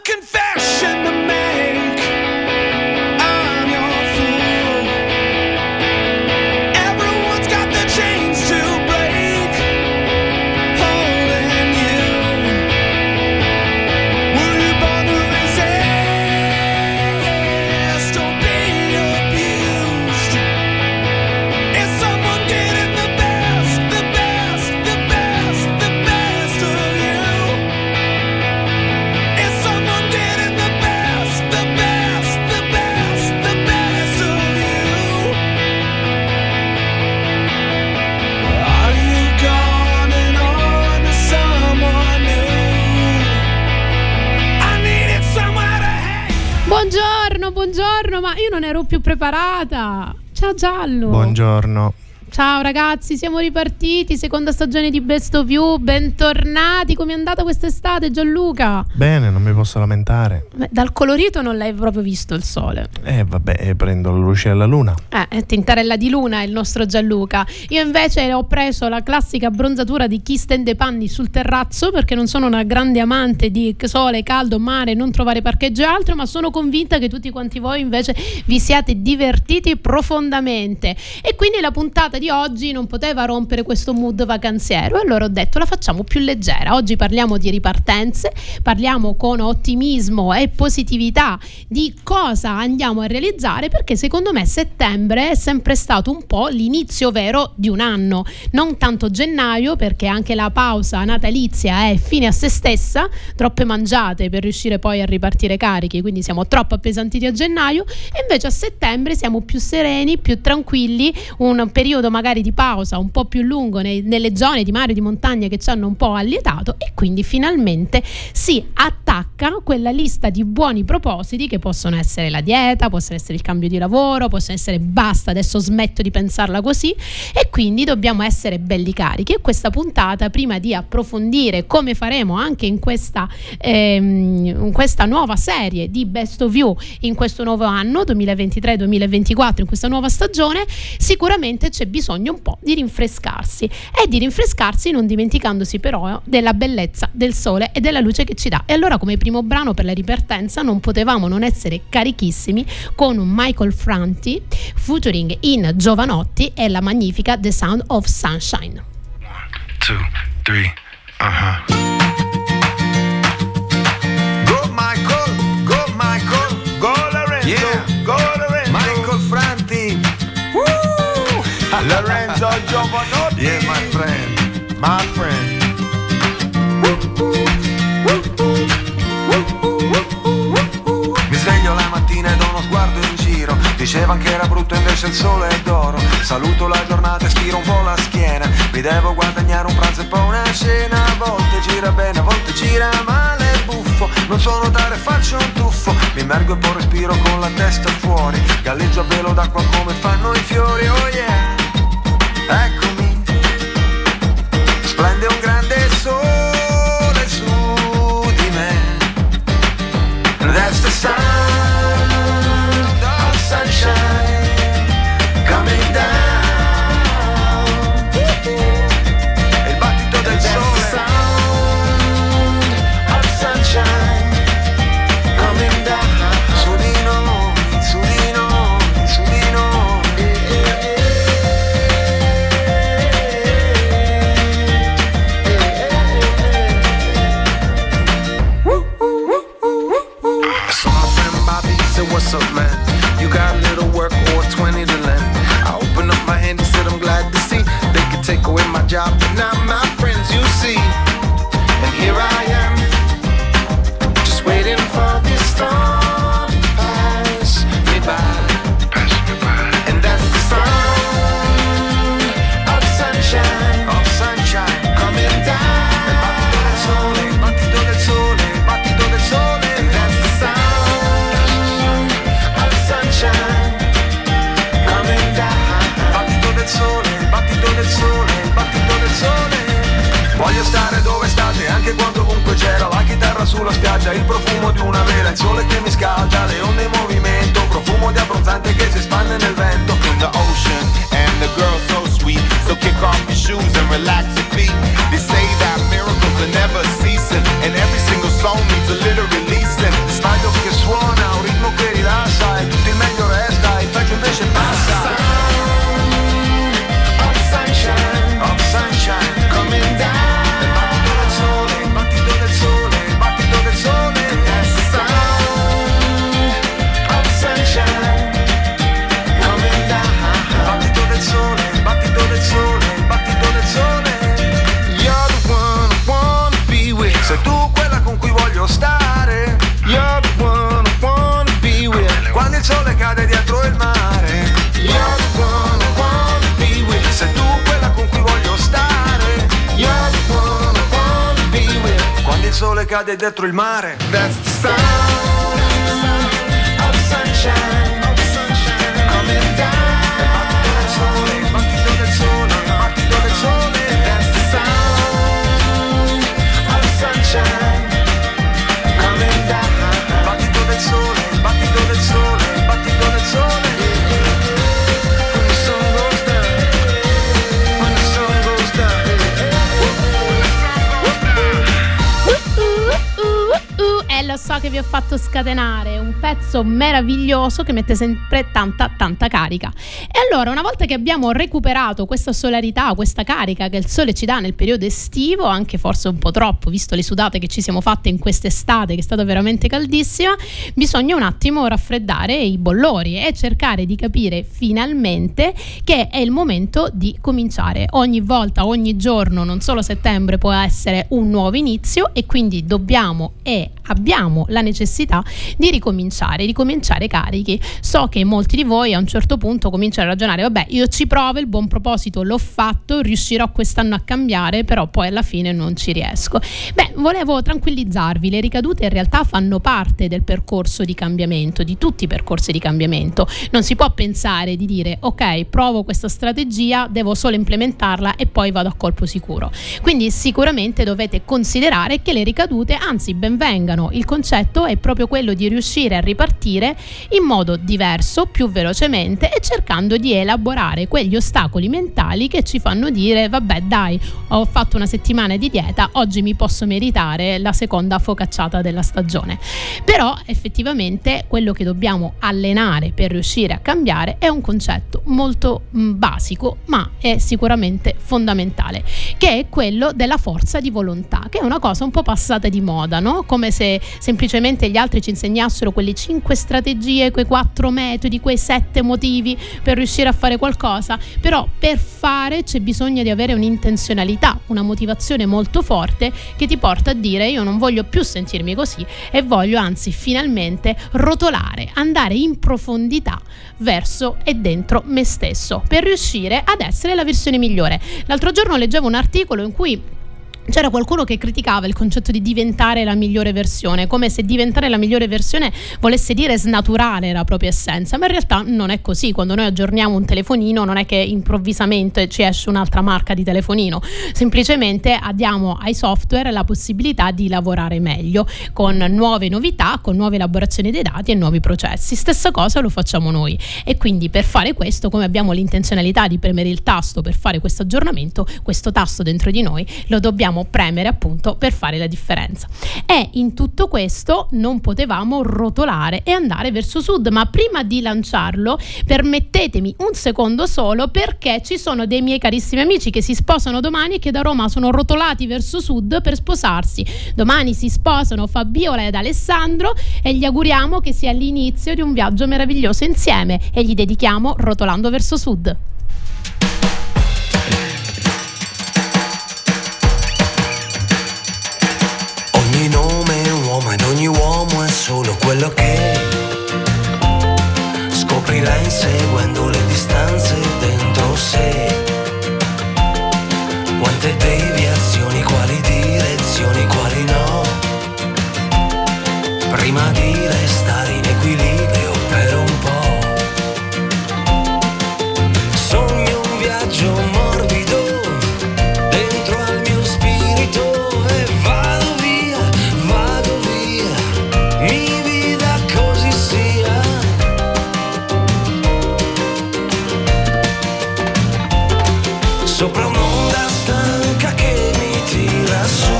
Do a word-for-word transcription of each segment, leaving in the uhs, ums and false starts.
confession to make. I'm your fool. Everyone's got the chains to break, holding you. Will you bother resist or be abused? Is someone getting the best, the best, the best, the best of you? Is someone getting the best, the best, the best, the best of you? Are you going on to someone new? I needed somewhere to hang. Buongiorno, buongiorno, ma io non ero più preparata. Ciao Giallo. Buongiorno. Ciao ragazzi, siamo ripartiti, seconda stagione di Best of You, bentornati. Come è andata quest'estate, Gianluca? Bene, non mi posso lamentare. Beh, dal colorito non l'hai proprio visto il sole. Eh vabbè, eh, prendo la luce della luna. Eh, tintarella di luna è il nostro Gianluca. Io invece ho preso la classica abbronzatura di chi stende i panni sul terrazzo, perché non sono una grande amante di sole, caldo, mare, non trovare parcheggio e altro, ma sono convinta che tutti quanti voi invece vi siate divertiti profondamente. E quindi la puntata di oggi non poteva rompere questo mood vacanziero, e allora ho detto la facciamo più leggera. Oggi parliamo di ripartenze, parliamo con ottimismo e positività di cosa andiamo a realizzare, perché secondo me settembre è sempre stato un po' l'inizio vero di un anno, non tanto gennaio, perché anche la pausa natalizia è fine a se stessa, troppe mangiate per riuscire poi a ripartire carichi, quindi siamo troppo appesantiti a gennaio, e invece a settembre siamo più sereni, più tranquilli, un periodo magari di pausa un po' più lungo nei, nelle zone di mare e di montagna che ci hanno un po' allietato, e quindi finalmente si attacca quella lista di buoni propositi che possono essere la dieta, possono essere il cambio di lavoro, possono essere basta, adesso smetto di pensarla così, e quindi dobbiamo essere belli carichi. E questa puntata, prima di approfondire come faremo anche in questa, ehm, in questa nuova serie di Best of You in questo nuovo anno duemilaventitré duemilaventiquattro, in questa nuova stagione, sicuramente c'è bisogno un po' di rinfrescarsi, e di rinfrescarsi non dimenticandosi però della bellezza del sole e della luce che ci dà. E allora, come primo brano per la ripartenza, non potevamo non essere carichissimi con un Michael Franti featuring in Giovanotti e la magnifica The Sound of Sunshine. One, two, three, uh-huh. Go Michael, go Michael, go Lorenzo, Yeah. go Lorenzo. Michael Franti. Lorenzo Giovanotti. Yeah, my friend, my friend. Mi sveglio la mattina e do uno sguardo in giro. Dicevano che era brutto, invece il sole è d'oro. Saluto la giornata e stiro un po' la schiena. Mi devo guadagnare un pranzo e poi una cena. A volte gira bene, a volte gira male, buffo. Non so nuotare, faccio un tuffo. Mi immergo e poi respiro con la testa fuori. Galleggio a velo d'acqua come fanno i fiori, oh yeah. Eccomi, splende un grande sole su di me. And that's the sound of sunshine coming down. Il battito del sole. Sound of sunshine coming down. Su di noi, su di noi, su di noi. What's up, man? You got a little work or twenty to lend. I open up my hand and said I'm glad to see they could take away my job, but not my friends, you see. And here I am, just waiting for this storm to pass me by. Pass me by. And that's the sound of sunshine, Of sunshine coming down. Il battito del sole, il battito del sole, il battito del sole. And that's the sound of sunshine coming down. Il battito del sole, il battito del sole, il battito del sole. Voglio stare dove state, anche quando ovunque c'era la chitarra sulla spiaggia, il profumo di una vela, il sole che mi scalda, le onde in movimento, profumo di abbronzante che si espande nel vento. From the ocean and the girl so sweet, so kick off your shoes and relax your feet. They say that miracles are never ceasing, and every single song needs a little releasing. cade dietro il mare. That's the sound of sunshine, of sunshine coming down. Il battito del sole, il battito del sole. That's the sound of sunshine coming down. Il battito del sole, il battito del sole, il battito del sole. When the sun goes down, when the sun goes down. Uh, uh, uh, e lo so che vi ho fatto scatenare un pezzo meraviglioso che mette sempre tanta tanta carica. E allora, una volta che abbiamo recuperato questa solarità, questa carica che il sole ci dà nel periodo estivo, anche forse un po' troppo visto le sudate che ci siamo fatte in quest'estate che è stata veramente caldissima, bisogna un attimo raffreddare i bollori e cercare di capire finalmente che è il momento di cominciare. Ogni volta, ogni giorno, non solo settembre, può essere un nuovo inizio e quindi dobbiamo e abbiamo la necessità di ricominciare, ricominciare carichi. So che molti di voi a un certo punto cominciano a ragionare: vabbè, io ci provo, il buon proposito l'ho fatto, riuscirò quest'anno a cambiare, però poi alla fine non ci riesco. Beh, volevo tranquillizzarvi, le ricadute in realtà fanno parte del percorso di cambiamento, di tutti i percorsi di cambiamento. Non si può pensare di dire: ok, provo questa strategia, devo solo implementarla e poi vado a colpo sicuro. Quindi sicuramente dovete considerare che le ricadute, anzi ben vengano, il concetto è proprio quello di riuscire a ripartire in modo diverso, più velocemente e cercando di elaborare quegli ostacoli mentali che ci fanno dire: vabbè dai, ho fatto una settimana di dieta, oggi mi posso meritare la seconda focacciata della stagione. Però effettivamente quello che dobbiamo allenare per riuscire a cambiare è un concetto molto mh, basico, ma è sicuramente fondamentale, che è quello della forza di volontà, che è una cosa un po' passata di moda, no? Come se semplicemente gli altri ci insegnassero quelle cinque strategie, quei quattro metodi, quei sette motivi per riuscire a fare qualcosa. Però per fare c'è bisogno di avere un'intenzionalità, una motivazione molto forte che ti porta a dire: io non voglio più sentirmi così e voglio anzi finalmente rotolare, andare in profondità verso e dentro me stesso per riuscire ad essere la versione migliore. L'altro giorno leggevo un articolo in cui c'era qualcuno che criticava il concetto di diventare la migliore versione, come se diventare la migliore versione volesse dire snaturare la propria essenza, ma in realtà non è così. Quando noi aggiorniamo un telefonino non è che improvvisamente ci esce un'altra marca di telefonino, semplicemente diamo ai software la possibilità di lavorare meglio, con nuove novità, con nuove elaborazioni dei dati e nuovi processi. Stessa cosa lo facciamo noi, e quindi per fare questo, come abbiamo l'intenzionalità di premere il tasto per fare questo aggiornamento, questo tasto dentro di noi lo dobbiamo premere appunto per fare la differenza. E in tutto questo non potevamo rotolare e andare verso sud, ma prima di lanciarlo permettetemi un secondo solo, perché ci sono dei miei carissimi amici che si sposano domani e che da Roma sono rotolati verso sud per sposarsi. Domani si sposano Fabiola ed Alessandro e gli auguriamo che sia l'inizio di un viaggio meraviglioso insieme e gli dedichiamo Rotolando verso sud. Ogni nome è un uomo ed ogni uomo è solo quello che scoprirà inseguendo le distanze dentro sé. Quante deviazioni, quali direzioni, quali no, prima di restare in equilibrio per un po'. Sogno un viaggio morbido dentro al mio spirito e vado via, vado via, mi vida così sia. Sopra un'onda stanca che mi tira su,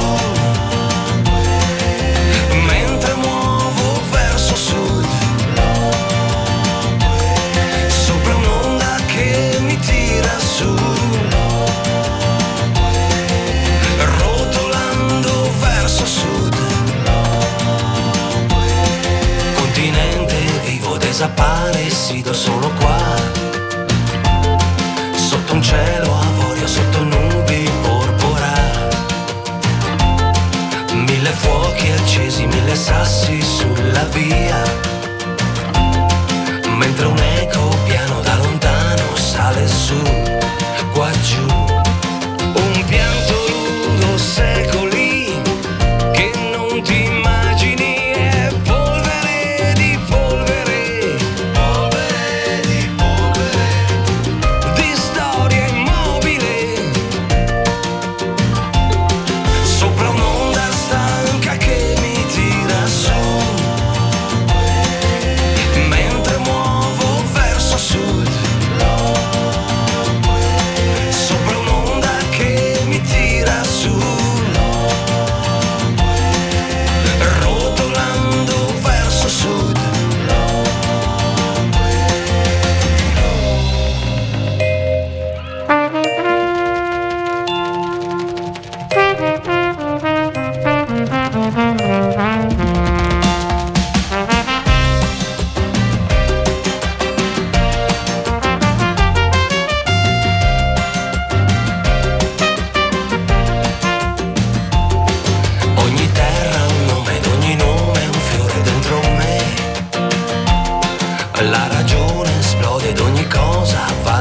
mentre muovo verso sud. Sopra un'onda che mi tira su, rotolando verso sud. Continente vivo, desaparecido solo qua, sotto un cielo avorio, sotto nubi porpora. Mille fuochi accesi, mille sassi sulla via, mentre un eco piano da lontano sale su, qua giù. Un pianto lungo secoli che non ti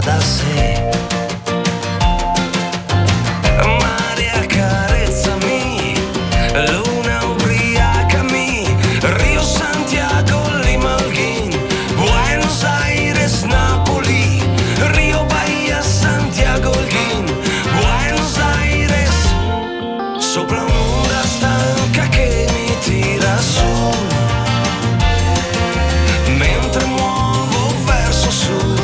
da sé. Mare accarezzami, luna ubriacami, Rio Santiago Lima Holguín, Buenos Aires Napoli, Rio Bahia Santiago Holguín, Buenos Aires, sopra un'onda stanca che mi tira su, mentre muovo verso sud,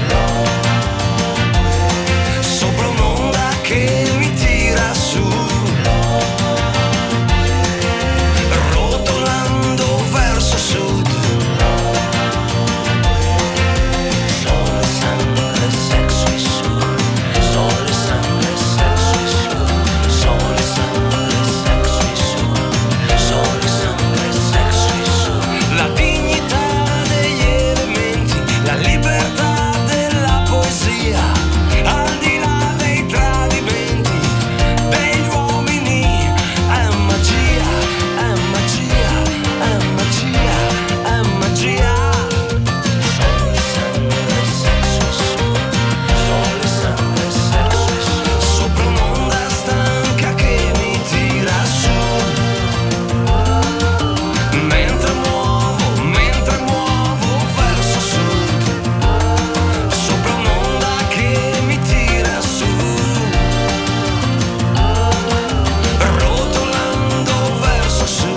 sopra un'onda che mi tira su, rotolando verso sud. Sole, sangue, sexo e sud, sole, sangue, sexo e sud, sole, sangue, sexo e sud, sole, sangue, sexo e sud. La dignità degli elementi, la libertà della poesia, al di là dei tradimenti degli uomini, è magia, è magia, è magia, è magia. Sole, sangue, sexo e sud, sole, sangue, sexo e sud, sopra un'onda stanca che mi tira su, mentre muovo, mentre muovo verso sud, sopra un'onda che mi tira su, rotolando verso sud.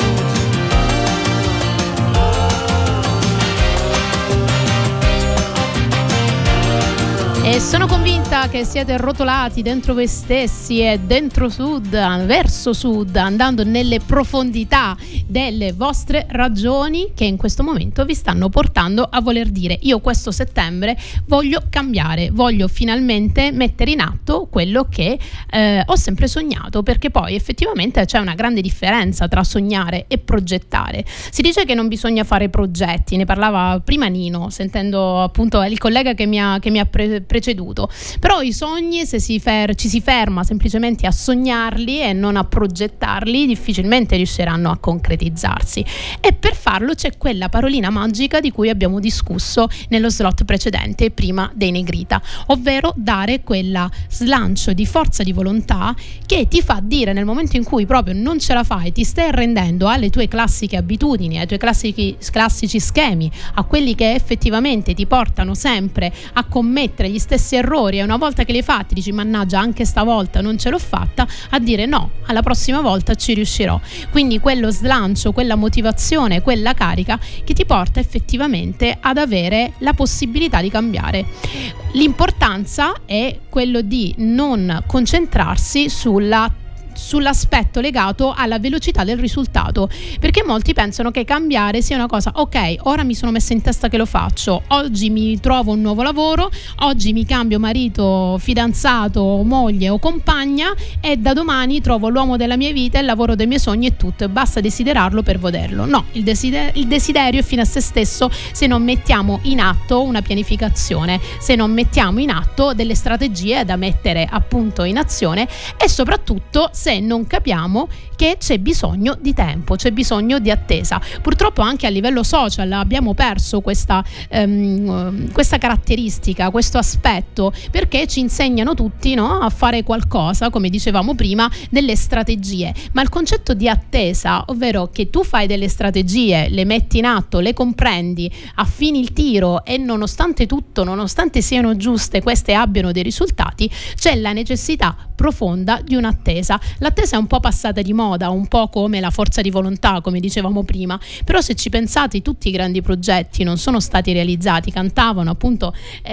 E sono convinta che siete rotolati dentro voi stessi e dentro sud, verso sud, andando nelle profondità delle vostre ragioni che in questo momento vi stanno portando a voler dire: io questo settembre voglio cambiare, voglio finalmente mettere in atto quello che eh, ho sempre sognato, perché poi effettivamente c'è una grande differenza tra sognare e progettare. Si dice che non bisogna fare progetti, ne parlava prima Nino, sentendo appunto il collega che mi ha, che mi ha pre- preceduto, però i sogni, se si fer- ci si ferma semplicemente a sognarli e non a progettarli, difficilmente riusciranno a concretizzarsi, e per farlo c'è quella parolina magica di cui abbiamo discusso nello slot precedente prima dei Negrita, ovvero dare quella slancio di forza di volontà che ti fa dire, nel momento in cui proprio non ce la fai, ti stai arrendendo alle tue classiche abitudini, ai tuoi classici, classici schemi, a quelli che effettivamente ti portano sempre a commettere gli stessi errori, e una volta che li hai fatti dici mannaggia anche stavolta non ce l'ho fatta, a dire no, alla prossima volta ci riuscirò. Quindi quello slancio, quella motivazione, quella carica che ti porta effettivamente ad avere la possibilità di cambiare. L'importanza è quello di non concentrarsi sulla sull'aspetto legato alla velocità del risultato, perché molti pensano che cambiare sia una cosa, ok, ora mi sono messa in testa che lo faccio, oggi mi trovo un nuovo lavoro, oggi mi cambio marito, fidanzato, moglie o compagna e da domani trovo l'uomo della mia vita, il lavoro dei miei sogni e tutto, e basta desiderarlo per volerlo. No, il, desider- il desiderio è fine a se stesso se non mettiamo in atto una pianificazione, se non mettiamo in atto delle strategie da mettere appunto in azione, e soprattutto se non capiamo che c'è bisogno di tempo, c'è bisogno di attesa. Purtroppo anche a livello social abbiamo perso questa, um, questa caratteristica, questo aspetto, perché ci insegnano tutti, no, a fare qualcosa, come dicevamo prima, delle strategie, ma il concetto di attesa, ovvero che tu fai delle strategie, le metti in atto, le comprendi, affini il tiro e nonostante tutto, nonostante siano giuste, queste abbiano dei risultati, c'è la necessità profonda di un'attesa. L'attesa è un po' passata di moda, un po' come la forza di volontà, come dicevamo prima, però se ci pensate tutti i grandi progetti non sono stati realizzati. Cantavano appunto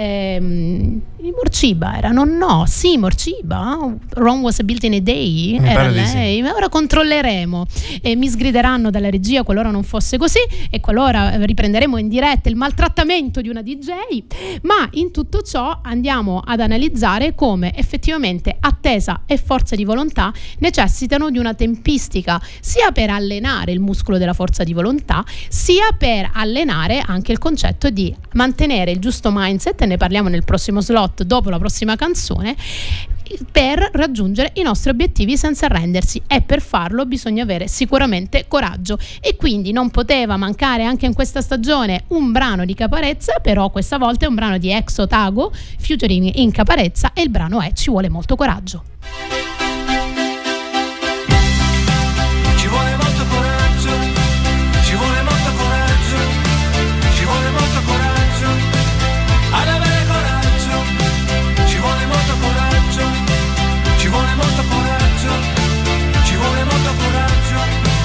ehm, Morciba era, no no, sì Morciba, Rome was built in a day, Mi era pare di lei, sì. ma ora controlleremo e mi sgrideranno dalla regia qualora non fosse così, e qualora riprenderemo in diretta il maltrattamento di una D J, ma in tutto ciò andiamo ad analizzare come effettivamente attesa e forza di volontà necessitano di una tempistica, sia per allenare il muscolo della forza di volontà, sia per allenare anche il concetto di mantenere il giusto mindset, e ne parliamo nel prossimo slot dopo la prossima canzone, per raggiungere i nostri obiettivi senza arrendersi, e per farlo bisogna avere sicuramente coraggio, e quindi non poteva mancare anche in questa stagione un brano di Caparezza, però questa volta è un brano di Ex Otago featuring in Caparezza, e il brano è Ci vuole molto coraggio. Ci vuole molto coraggio, ci vuole molto coraggio, ci vuole molto coraggio, ad avere coraggio, ci vuole molto coraggio, ci vuole molto coraggio, ci vuole molto coraggio,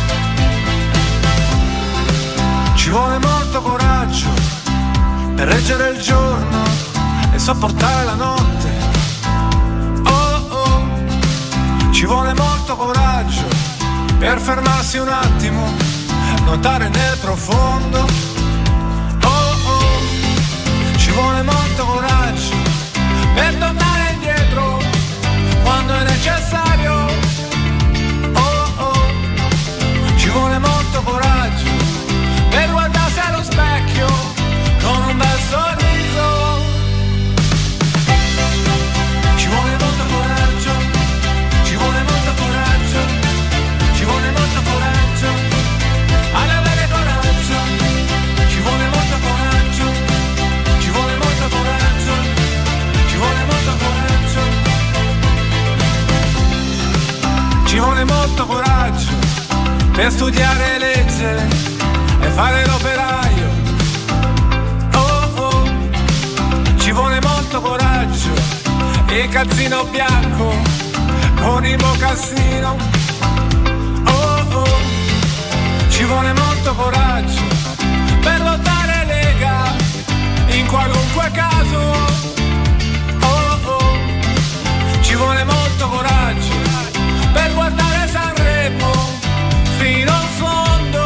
ci vuole molto coraggio per reggere il giorno e sopportare la notte. Oh oh, ci vuole molto coraggio per fermarsi un attimo, nuotare nel profondo. Oh oh, ci vuole molto coraggio per tornare indietro quando è necessario. Oh oh, ci vuole molto coraggio per guardarsi allo specchio con un bel sorriso. Ci vuole molto coraggio, ci vuole molto coraggio, ci vuole molto coraggio, ad avere coraggio, ci vuole molto coraggio, ci vuole molto coraggio, ci vuole molto coraggio, ci vuole molto coraggio per studiare legge e fare l'operaio. Oh oh, ci vuole molto coraggio e il calzino bianco con il mocassino. Oh oh, ci vuole molto coraggio per lottare lega in qualunque caso. Oh oh, ci vuole molto coraggio per guardare Sanremo fino in fondo.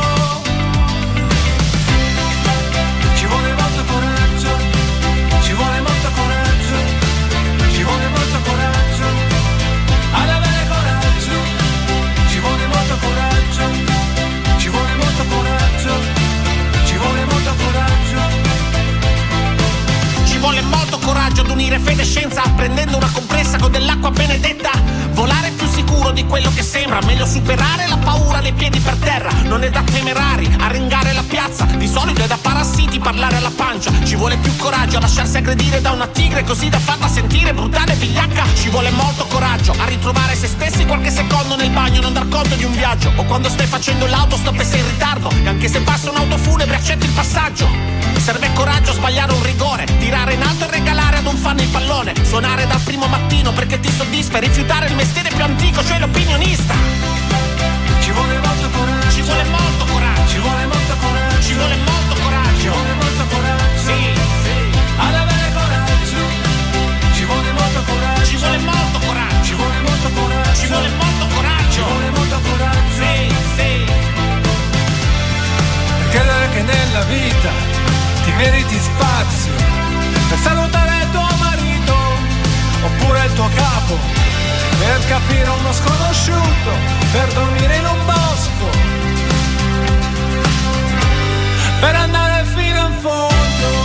Ci vuole molto coraggio, ci vuole molto coraggio, ci vuole molto coraggio, ad avere coraggio, ci vuole molto coraggio, ci vuole molto coraggio, ci vuole molto coraggio. Ci vuole molto coraggio ad unire fede e scienza, prendendo una compressa con dell'acqua benedetta. Volare più sicuro di quello che sembra, meglio superare la paura nei piedi per terra. Non è da temerari arringare la piazza, di solito è da parassiti parlare alla pancia. Ci vuole più coraggio a lasciarsi aggredire da una tigre così da farla sentire brutale e vigliacca. Ci vuole molto coraggio a ritrovare se stessi qualche secondo nel bagno, non dar conto di un viaggio, o quando stai facendo l'autostop e sei in ritardo, e anche se passa un'auto funebre accetti il passaggio. Serve coraggio a sbagliare un rigore, tirare in alto e regalare ad un fan il pallone, suonare dal primo mattino perché ti soddisfa e rifiutare il mestiere più antico, cioè l'opinionista. Ci vuole molto coraggio, Ci vuole molto coraggio, ci vuole molto coraggio, ci vuole molto ci coraggio. vuole molto coraggio, Sì, sì. ad avere coraggio, ci vuole molto coraggio, Ci vuole molto coraggio, ci vuole molto coraggio, ci vuole molto ci coraggio. vuole molto coraggio, Sì, sì. per credere che nella vita ti meriti spazio, per salutare tuo marito oppure il tuo capo, per capire uno sconosciuto, per dormire in un bosco, per andare fino in fondo.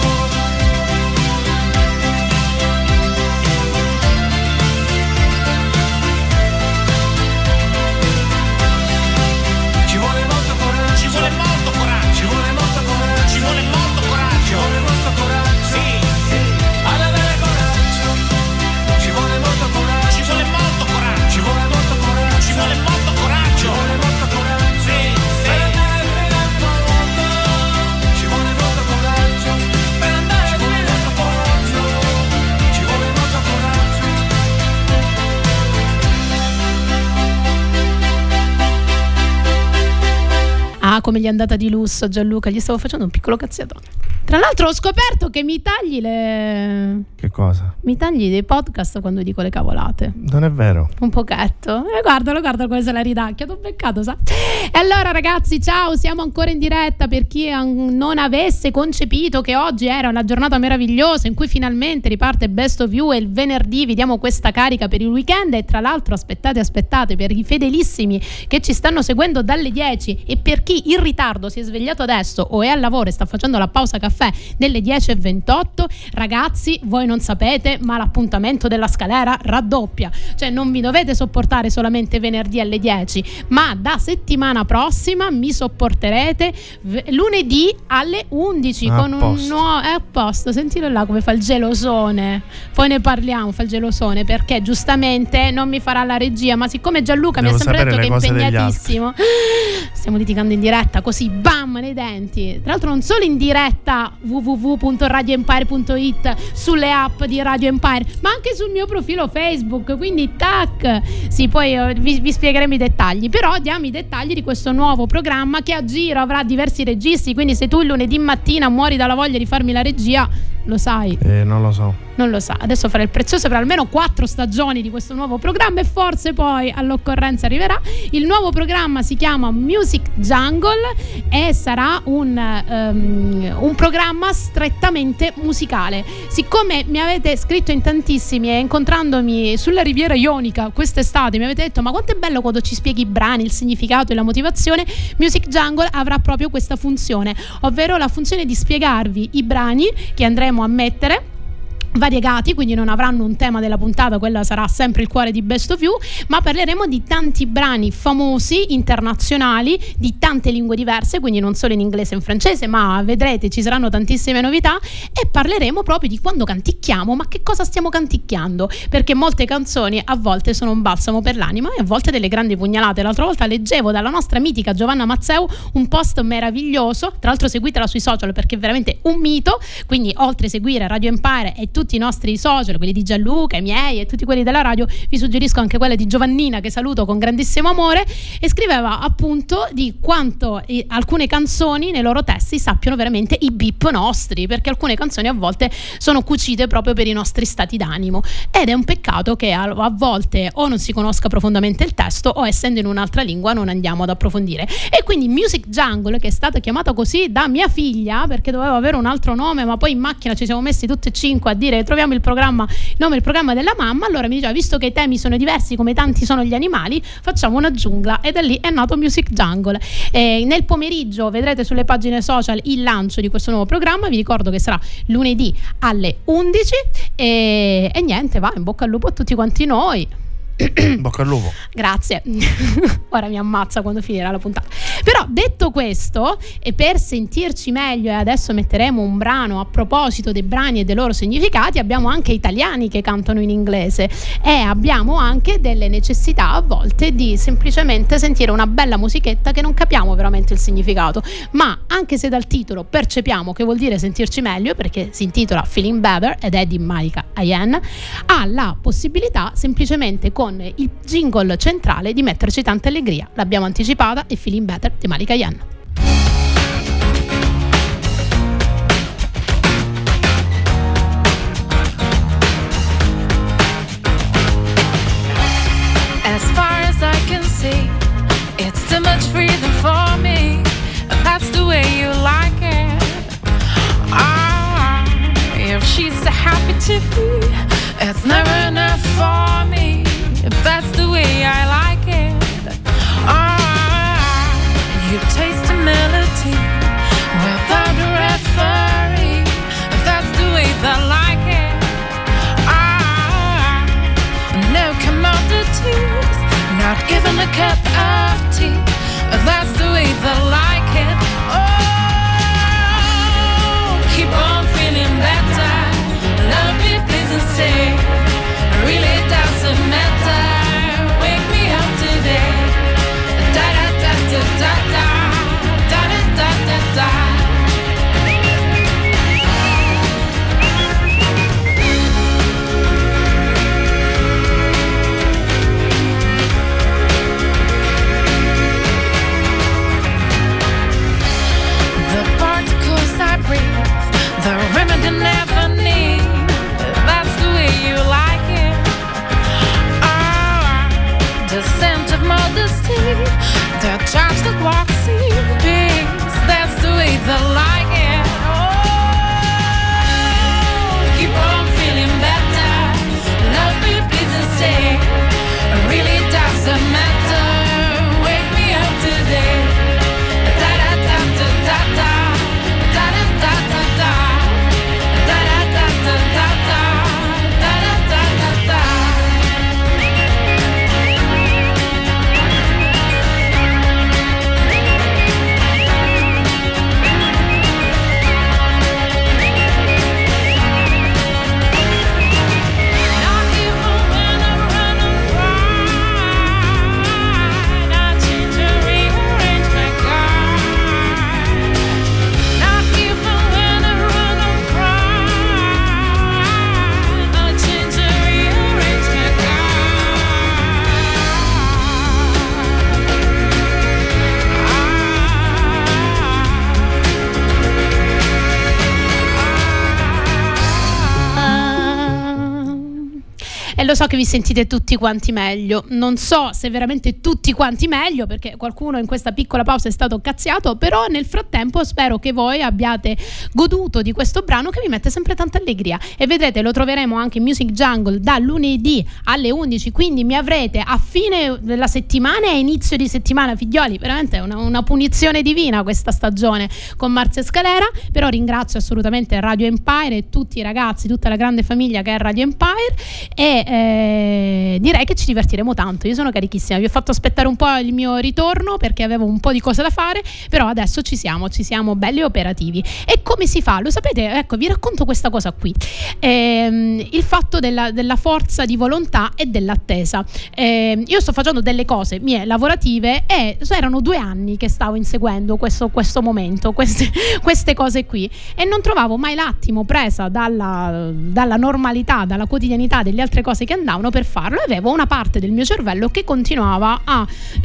Ci vuole molto coraggio, Ci vuole molto coraggio, ci vuole molto coraggio, ci vuole molto ci coraggio. vuole molto coraggio, Sì, sì. ad avere coraggio, ci vuole molto coraggio, Ci vuole molto coraggio, ci vuole molto coraggio, ci vuole molto coraggio. ci vuole molto coraggio, Sì, sì. per andare fino in fondo. Ci vuole molto coraggio, per andare fino in fondo. Ci vuole molto coraggio. Ah, come gli è andata di lusso Gianluca, gli stavo facendo un piccolo cazziatone. Tra l'altro ho scoperto che mi tagli le... Che cosa? mi tagli dei podcast quando dico le cavolate. Non è vero. Un pochetto. E guardalo, guarda come se la ridacchia. T'ho beccato, sa? E allora ragazzi, ciao, siamo ancora in diretta. Per chi non avesse concepito che oggi era una giornata meravigliosa in cui finalmente riparte Best of You, e il venerdì vi diamo questa carica per il weekend. E tra l'altro aspettate, aspettate, per i fedelissimi che ci stanno seguendo dalle dieci, e per chi in ritardo si è svegliato adesso o è al lavoro e sta facendo la pausa caffè, caffè delle dieci e ventotto. Ragazzi, voi non sapete, ma l'appuntamento della Scalera raddoppia, cioè non mi dovete sopportare solamente venerdì alle dieci, ma da settimana prossima mi sopporterete v- lunedì alle undici A con un posto. nuovo è a posto, sentilo là come fa il gelosone, poi ne parliamo, fa il gelosone perché giustamente non mi farà la regia, ma siccome Gianluca Devo mi ha sempre sapere detto le che è cose degli impegnatissimo, stiamo litigando in diretta così bam nei denti, tra l'altro non solo in diretta w w w punto radio empire punto it sulle app di Radio Empire, ma anche sul mio profilo Facebook, quindi tac, sì, poi eh, vi, vi spiegheremo i dettagli, però diamo i dettagli di questo nuovo programma che a giro avrà diversi registi, quindi se tu il lunedì mattina muori dalla voglia di farmi la regia, lo sai. Eh, non lo so. Non lo sa, adesso farà il prezioso per almeno quattro stagioni di questo nuovo programma e forse poi all'occorrenza arriverà. Il nuovo programma si chiama Music Jungle e sarà un, um, un programma strettamente musicale. Siccome mi avete scritto in tantissimi e incontrandomi sulla Riviera Ionica quest'estate mi avete detto ma quanto è bello quando ci spieghi i brani, il significato e la motivazione, Music Jungle avrà proprio questa funzione, ovvero la funzione di spiegarvi i brani che andremo a mettere variegati, quindi non avranno un tema della puntata, quella sarà sempre il cuore di Best of You, ma parleremo di tanti brani famosi internazionali di tante lingue diverse, quindi non solo in inglese e in francese, ma vedrete ci saranno tantissime novità e parleremo proprio di quando canticchiamo, ma che cosa stiamo canticchiando, perché molte canzoni a volte sono un balsamo per l'anima e a volte delle grandi pugnalate. L'altra volta leggevo dalla nostra mitica Giovanna Mazzeu un post meraviglioso, tra l'altro seguitela sui social perché è veramente un mito, quindi oltre a seguire Radio Empire e tutti i nostri social, quelli di Gianluca, i miei e tutti quelli della radio, vi suggerisco anche quella di Giovannina che saluto con grandissimo amore, e scriveva appunto di quanto eh, alcune canzoni nei loro testi sappiano veramente i beep nostri, perché alcune canzoni a volte sono cucite proprio per i nostri stati d'animo ed è un peccato che a, a volte o non si conosca profondamente il testo o essendo in un'altra lingua non andiamo ad approfondire. E quindi Music Jungle, che è stata chiamata così da mia figlia perché doveva avere un altro nome, ma poi in macchina ci siamo messi tutte e cinque a dire troviamo il programma, il nome del programma della mamma, allora mi diceva visto che i temi sono diversi come tanti sono gli animali facciamo una giungla, e da lì è nato Music Jungle. E nel pomeriggio vedrete sulle pagine social il lancio di questo nuovo programma, vi ricordo che sarà lunedì alle undici e, e niente, va, in bocca al lupo a tutti quanti noi. Bocca al lupo. Grazie. Ora mi ammazza quando finirà la puntata. Però detto questo, e per sentirci meglio, e adesso metteremo un brano a proposito dei brani e dei loro significati, abbiamo anche italiani che cantano in inglese e abbiamo anche delle necessità a volte di semplicemente sentire una bella musichetta che non capiamo veramente il significato, ma anche se dal titolo percepiamo che vuol dire sentirci meglio, perché si intitola Feeling Better ed è di Malika Ayen, ha la possibilità semplicemente con il jingle centrale di metterci tanta allegria. L'abbiamo anticipata, e Feeling Better di Malika Ayen. As far as I can see, it's too much freedom for me. That's the way you like it. Ah, if she's so happy to be, it's never enough for me. If that's the way I like it. Ah, you taste the melody without a referee. If that's the way they like it. Ah, no commodities, not even a cup of tea. If that's the way they like it. Oh, keep on feeling better. Love me, please, and stay. Really doesn't matter. Wake me up today. Da da da da da da da da da da. e lo so che vi sentite tutti quanti meglio. Non so se veramente tutti quanti meglio, perché qualcuno in questa piccola pausa è stato cazziato, però nel frattempo spero che voi abbiate goduto di questo brano che mi mette sempre tanta allegria. E vedrete, lo troveremo anche in Music Jungle da lunedì alle undici, quindi mi avrete a fine della settimana e inizio di settimana, figlioli. Veramente è una, una punizione divina questa stagione con Marzia Scalera. Però ringrazio assolutamente Radio Empire e tutti i ragazzi, tutta la grande famiglia che è Radio Empire, e eh, direi che ci divertiremo tanto. Io sono carichissima, vi ho fatto aspettare un po' il mio ritorno perché avevo un po' di cose da fare, però adesso ci siamo, ci siamo belli operativi. E come si fa? Lo sapete? Ecco, vi racconto questa cosa qui, ehm, il fatto della, della forza di volontà e dell'attesa. Ehm, io sto facendo delle cose mie lavorative e erano due anni che stavo inseguendo questo, questo momento, queste, queste cose qui, e non trovavo mai l'attimo presa dalla, dalla normalità, dalla quotidianità delle altre cose che andavano per farlo. Avevo una parte del mio cervello che continuava a,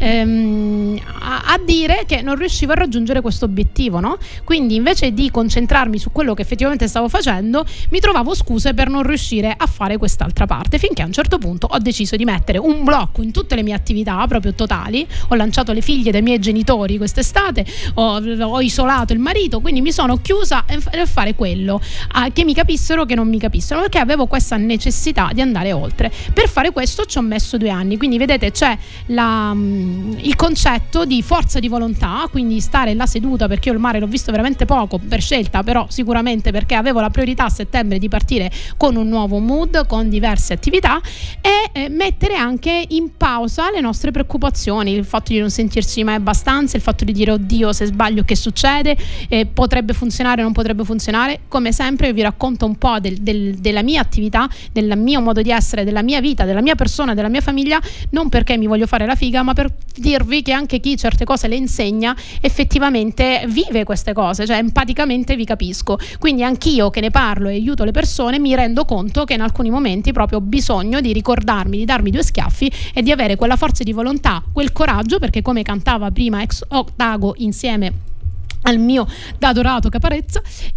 ehm, a, a dire che non riuscivo a raggiungere questo obiettivo, no? Quindi invece di concentrarmi su quello che effettivamente stavo facendo, mi trovavo scuse per non riuscire a fare quest'altra parte, finché a un certo punto ho deciso di mettere un blocco in tutte le mie attività proprio totali. Ho lanciato le figlie dei miei genitori quest'estate, ho, ho isolato il marito, quindi mi sono chiusa a fare quello, a, che mi capissero che non mi capissero, perché avevo questa necessità di andare oltre. Per fare questo ci ho messo due anni, quindi vedete c'è la, il concetto di forza di volontà, quindi stare là seduta, perché io il mare l'ho visto veramente poco per scelta, però sicuramente perché avevo la priorità a settembre di partire con un nuovo mood, con diverse attività, e eh, mettere anche in pausa le nostre preoccupazioni, il fatto di non sentirsi mai abbastanza, il fatto di dire oddio se sbaglio che succede, eh, potrebbe funzionare, non potrebbe funzionare. Come sempre io vi racconto un po' del, del, della mia attività, del mio modo di essere, della mia vita, della mia persona, della mia famiglia, non perché mi voglio fare la figa, ma per dirvi che anche chi certe cose le insegna effettivamente vive queste cose, cioè empaticamente vi capisco. Quindi anch'io che ne parlo e aiuto le persone mi rendo conto che in alcuni momenti proprio ho bisogno di ricordarmi, di darmi due schiaffi e di avere quella forza di volontà, quel coraggio, perché come cantava prima ex Otago insieme al mio adorato Caparezza,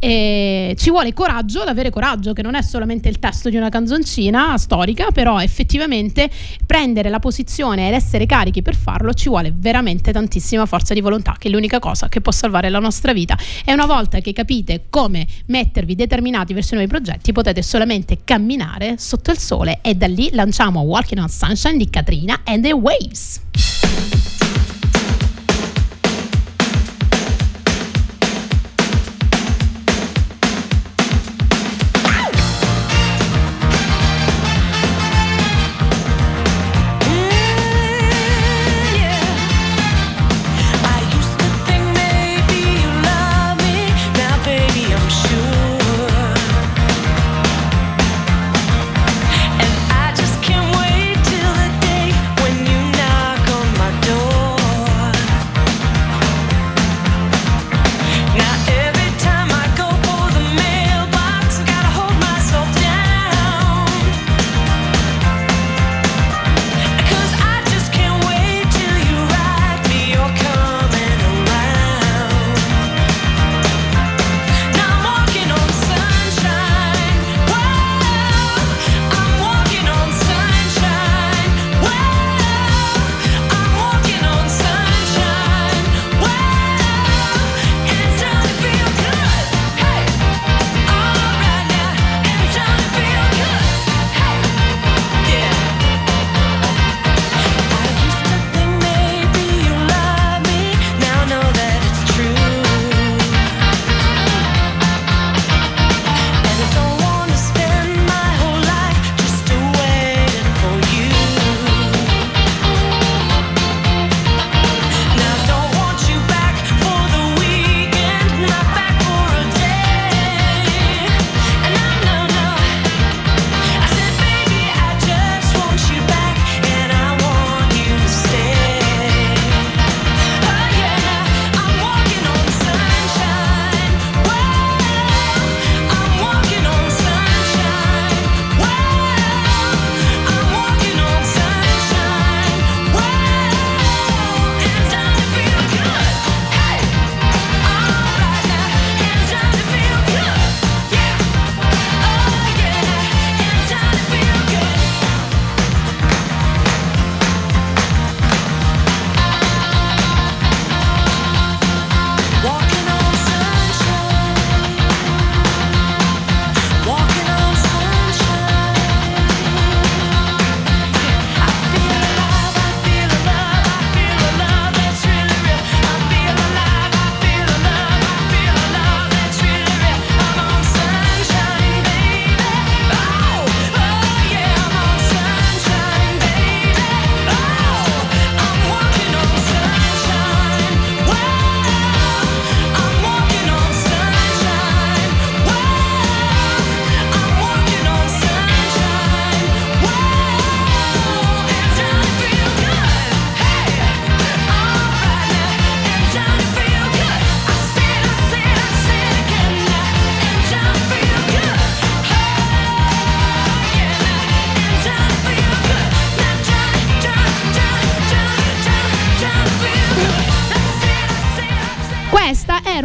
e ci vuole coraggio, ad avere coraggio, che non è solamente il testo di una canzoncina storica, però effettivamente prendere la posizione ed essere carichi per farlo ci vuole veramente tantissima forza di volontà, che è l'unica cosa che può salvare la nostra vita. E una volta che capite come mettervi determinati verso i nuovi progetti, potete solamente camminare sotto il sole, e da lì lanciamo Walking on Sunshine di Katrina and the Waves. And I just can't wait till the day when you knock on my door.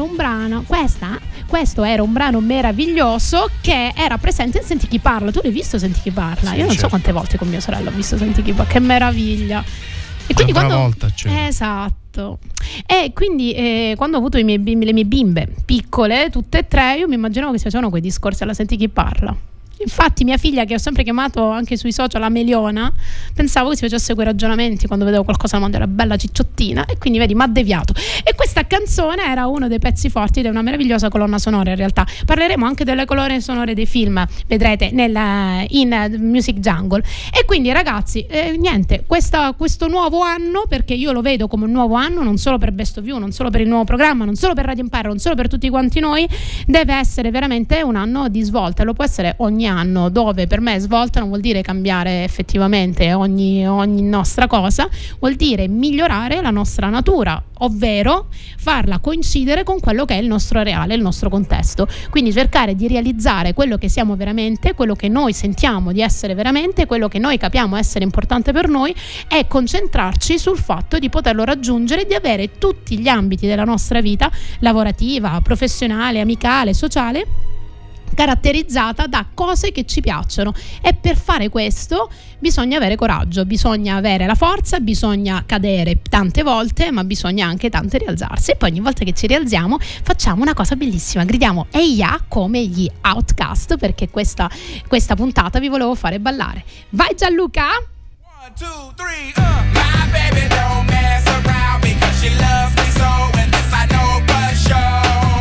un brano, questa, questo era un brano meraviglioso che era presente in Senti chi parla. Tu l'hai visto Senti chi parla? Sì, Io non certo. so quante volte con mia sorella ho visto Senti chi parla, che meraviglia. E quindi Una quando volta c'era. esatto. E quindi eh, quando ho avuto i miei bimbi, le mie bimbe piccole, tutte e tre, io mi immaginavo che si facevano quei discorsi alla Senti chi parla. Infatti mia figlia, che ho sempre chiamato anche sui social Ameliona, pensavo che si facesse quei ragionamenti quando vedevo qualcosa da mangiare, bella cicciottina, e quindi vedi, m'ha deviato. E questa canzone era uno dei pezzi forti ed è una meravigliosa colonna sonora in realtà. Parleremo anche delle colonne sonore dei film, vedrete nella, in Music Jungle. E quindi ragazzi, eh, niente, questa, questo nuovo anno, perché io lo vedo come un nuovo anno, non solo per Best of You, non solo per il nuovo programma, non solo per Radio Empire, non solo per tutti quanti noi, deve essere veramente un anno di svolta. Lo può essere ogni anno, dove per me svolta non vuol dire cambiare effettivamente ogni, ogni nostra cosa, vuol dire migliorare la nostra natura, ovvero farla coincidere con quello che è il nostro reale, il nostro contesto. Quindi cercare di realizzare quello che siamo veramente, quello che noi sentiamo di essere veramente, quello che noi capiamo essere importante per noi, e concentrarci sul fatto di poterlo raggiungere, di avere tutti gli ambiti della nostra vita lavorativa, professionale, amicale, sociale, caratterizzata da cose che ci piacciono. E per fare questo bisogna avere coraggio, bisogna avere la forza, bisogna cadere tante volte, ma bisogna anche tante rialzarsi. E poi ogni volta che ci rialziamo facciamo una cosa bellissima, gridiamo Eia come gli Outcast, perché questa, questa puntata vi volevo fare ballare. Vai Gianluca! One, two, three, uh. My baby don't mess around because she loves me so, and this I know for sure.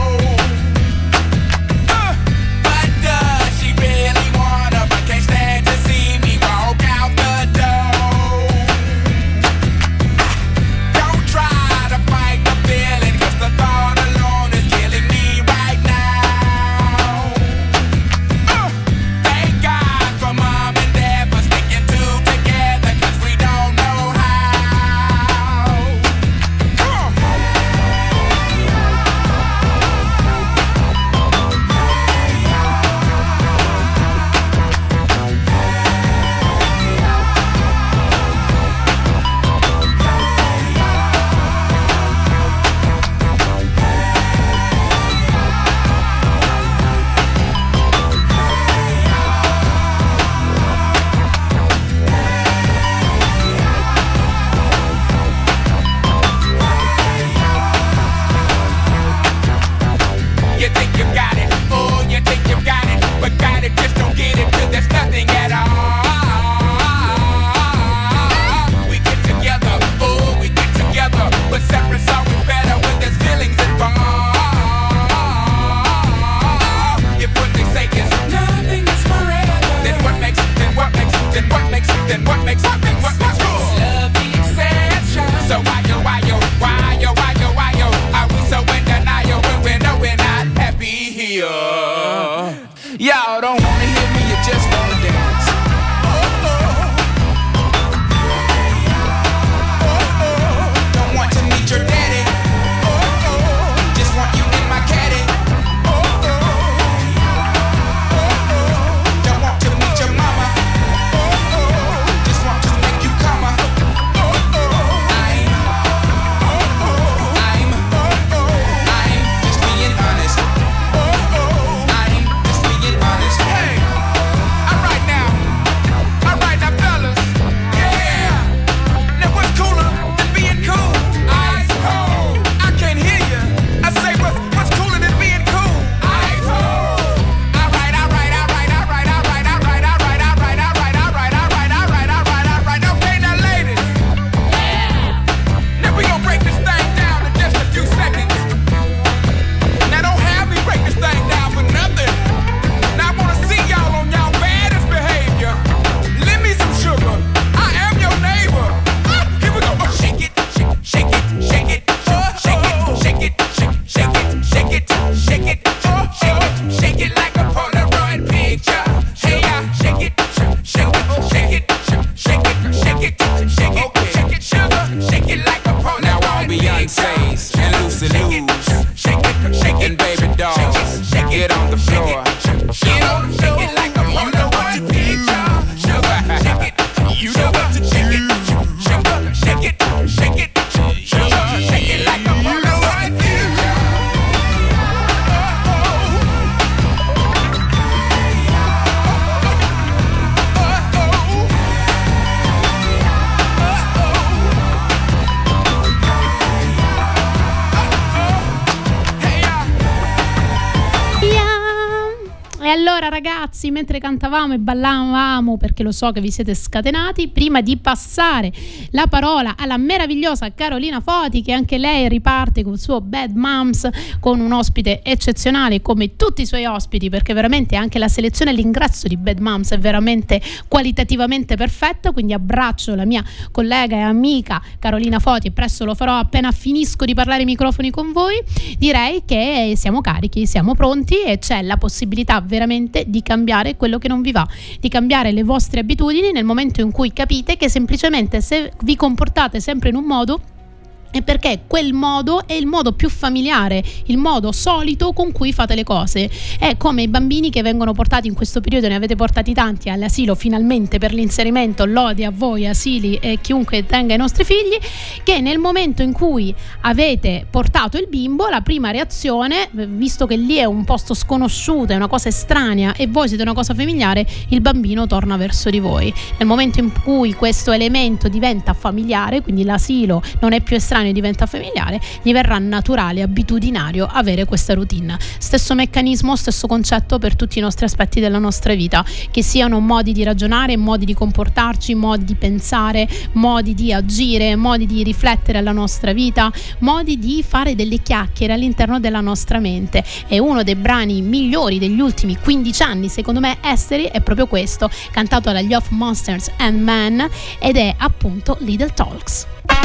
Y'all don't wanna hear me, you just wanna dance. Oh, oh. Oh, oh. Don't want to meet your daddy. Oh, oh. Just want you in my caddy. Oh, oh. Oh, oh. Don't want to meet your mama. Oh, oh. Just want to make you come. Oh, oh. I'm, oh, oh. I'm, oh, oh. I'm just being honest. Oh, oh. I'm just being honest. Hey. E allora ragazzi, mentre cantavamo e ballavamo, perché lo so che vi siete scatenati, prima di passare la parola alla meravigliosa Carolina Foti, che anche lei riparte con il suo Bad Moms, con un ospite eccezionale come tutti i suoi ospiti, perché veramente anche la selezione e l'ingresso di Bad Moms è veramente qualitativamente perfetta. Quindi abbraccio la mia collega e amica Carolina Foti e presto lo farò appena finisco di parlare ai microfoni con voi. Direi che siamo carichi, siamo pronti e c'è la possibilità veramente di cambiare quello che non vi va, di cambiare le vostre abitudini nel momento in cui capite che semplicemente se vi comportate sempre in un modo è perché quel modo è il modo più familiare, il modo solito con cui fate le cose. È come i bambini che vengono portati in questo periodo, ne avete portati tanti all'asilo finalmente per l'inserimento, lode a voi asili e chiunque tenga i nostri figli, che nel momento in cui avete portato il bimbo, la prima reazione, visto che lì è un posto sconosciuto, è una cosa estranea e voi siete una cosa familiare, il bambino torna verso di voi. Nel momento in cui questo elemento diventa familiare, quindi l'asilo non è più estraneo, diventa familiare, gli verrà naturale, abitudinario avere questa routine. Stesso meccanismo, stesso concetto per tutti i nostri aspetti della nostra vita, che siano modi di ragionare, modi di comportarci, modi di pensare, modi di agire, modi di riflettere alla nostra vita, modi di fare delle chiacchiere all'interno della nostra mente. E uno dei brani migliori degli ultimi quindici anni, secondo me, esteri, è proprio questo, cantato dagli Of Monsters and Men, ed è appunto Little Talks.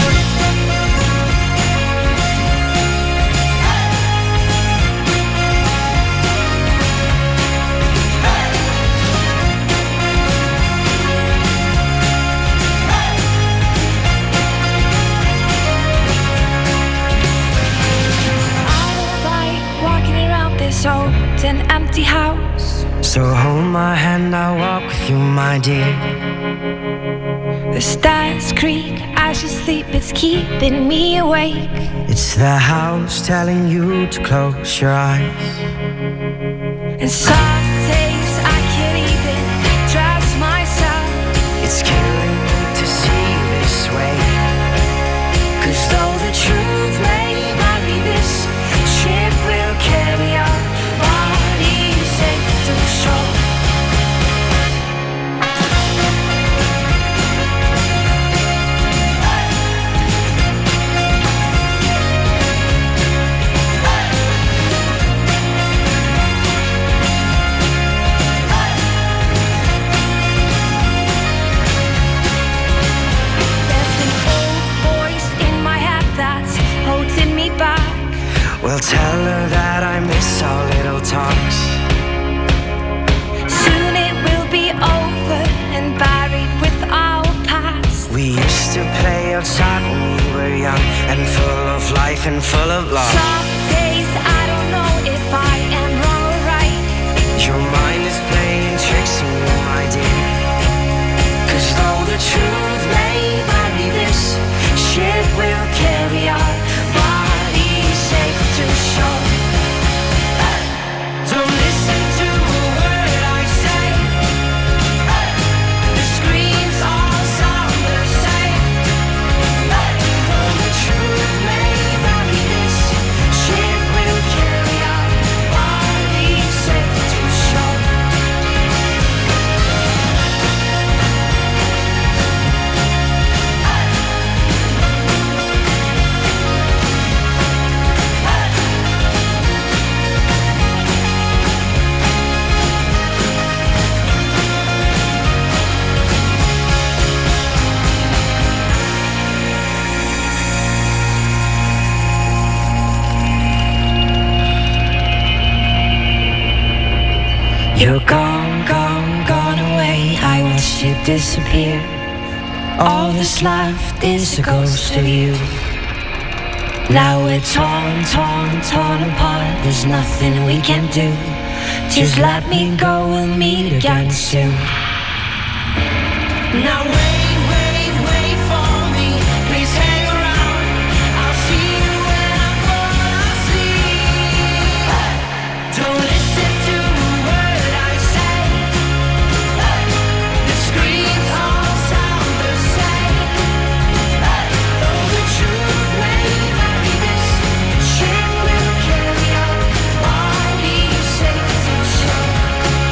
Old and empty house. So hold my hand, I'll walk with you, my dear. The stairs creak as you sleep, it's keeping me awake. It's the house telling you to close your eyes. And some days I can't even trust myself. It's killing me to see you this way. 'Cause though the truth may vary, this ship will carry on. Well, tell her that I miss our little talks. Soon it will be over and buried with our past. We used to play outside when we were young and full of life and full of love. Some days I don't know if I am wrong or right. Your mind is playing tricks on you, my dear. 'Cause though the truth may vary, this ship will carry on. To show. Don't listen to a word I say. The screams all sound the same. Though the truth may vary, this ship will carry on. Body safe to show. You're gone, gone, gone away. I watched you disappear. All that's left is a ghost of you. Now we're torn, torn, torn apart. There's nothing we can do. Just let me go, we'll meet again soon. Now wait, wait, wait for me. Please hang around. I'll see you when I fall asleep. Don't listen to a word I say. The screams all sound the same. Though the truth may vary, this ship will carry on. Body safe to show.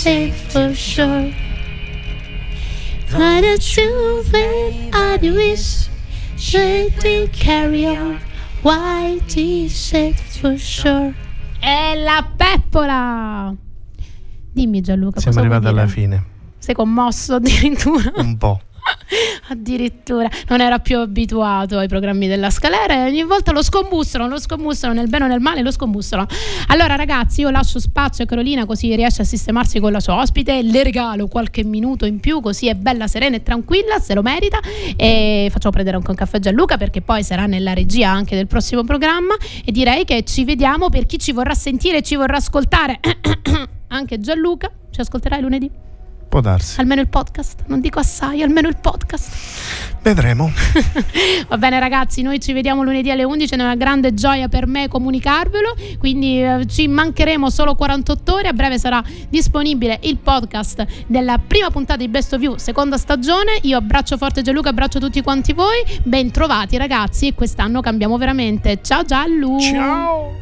say for sure? Why don't you let I wish gently carry on? Why do you say for sure? È la peppola! Dimmi Gianluca, Siamo cosa vuoi arrivati alla dire? fine. Sei commosso addirittura? Un po'. Addirittura non era più abituato ai programmi della Scalera e ogni volta lo scombussano, lo scombussano nel bene o nel male, lo scombussano. Allora ragazzi, io lascio spazio a Carolina così riesce a sistemarsi con la sua ospite, le regalo qualche minuto in più così è bella, serena e tranquilla, se lo merita, e facciamo prendere anche un caffè a Gianluca perché poi sarà nella regia anche del prossimo programma e direi che ci vediamo per chi ci vorrà sentire e ci vorrà ascoltare. Anche Gianluca, ci ascolterai lunedì? Può darsi. Almeno il podcast, non dico assai, almeno il podcast. Vedremo. Va bene ragazzi, noi ci vediamo lunedì alle undici, è una grande gioia per me comunicarvelo, quindi eh, ci mancheremo solo quarantotto ore, a breve sarà disponibile il podcast della prima puntata di Best of You seconda stagione. Io abbraccio forte Gianluca, abbraccio tutti quanti voi, ben trovati ragazzi, e quest'anno cambiamo veramente. Ciao Gianlu. Ciao.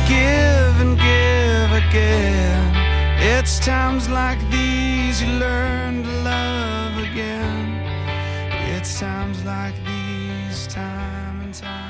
give and give again. It's times like these you learn to love again. It's times like these, time and time.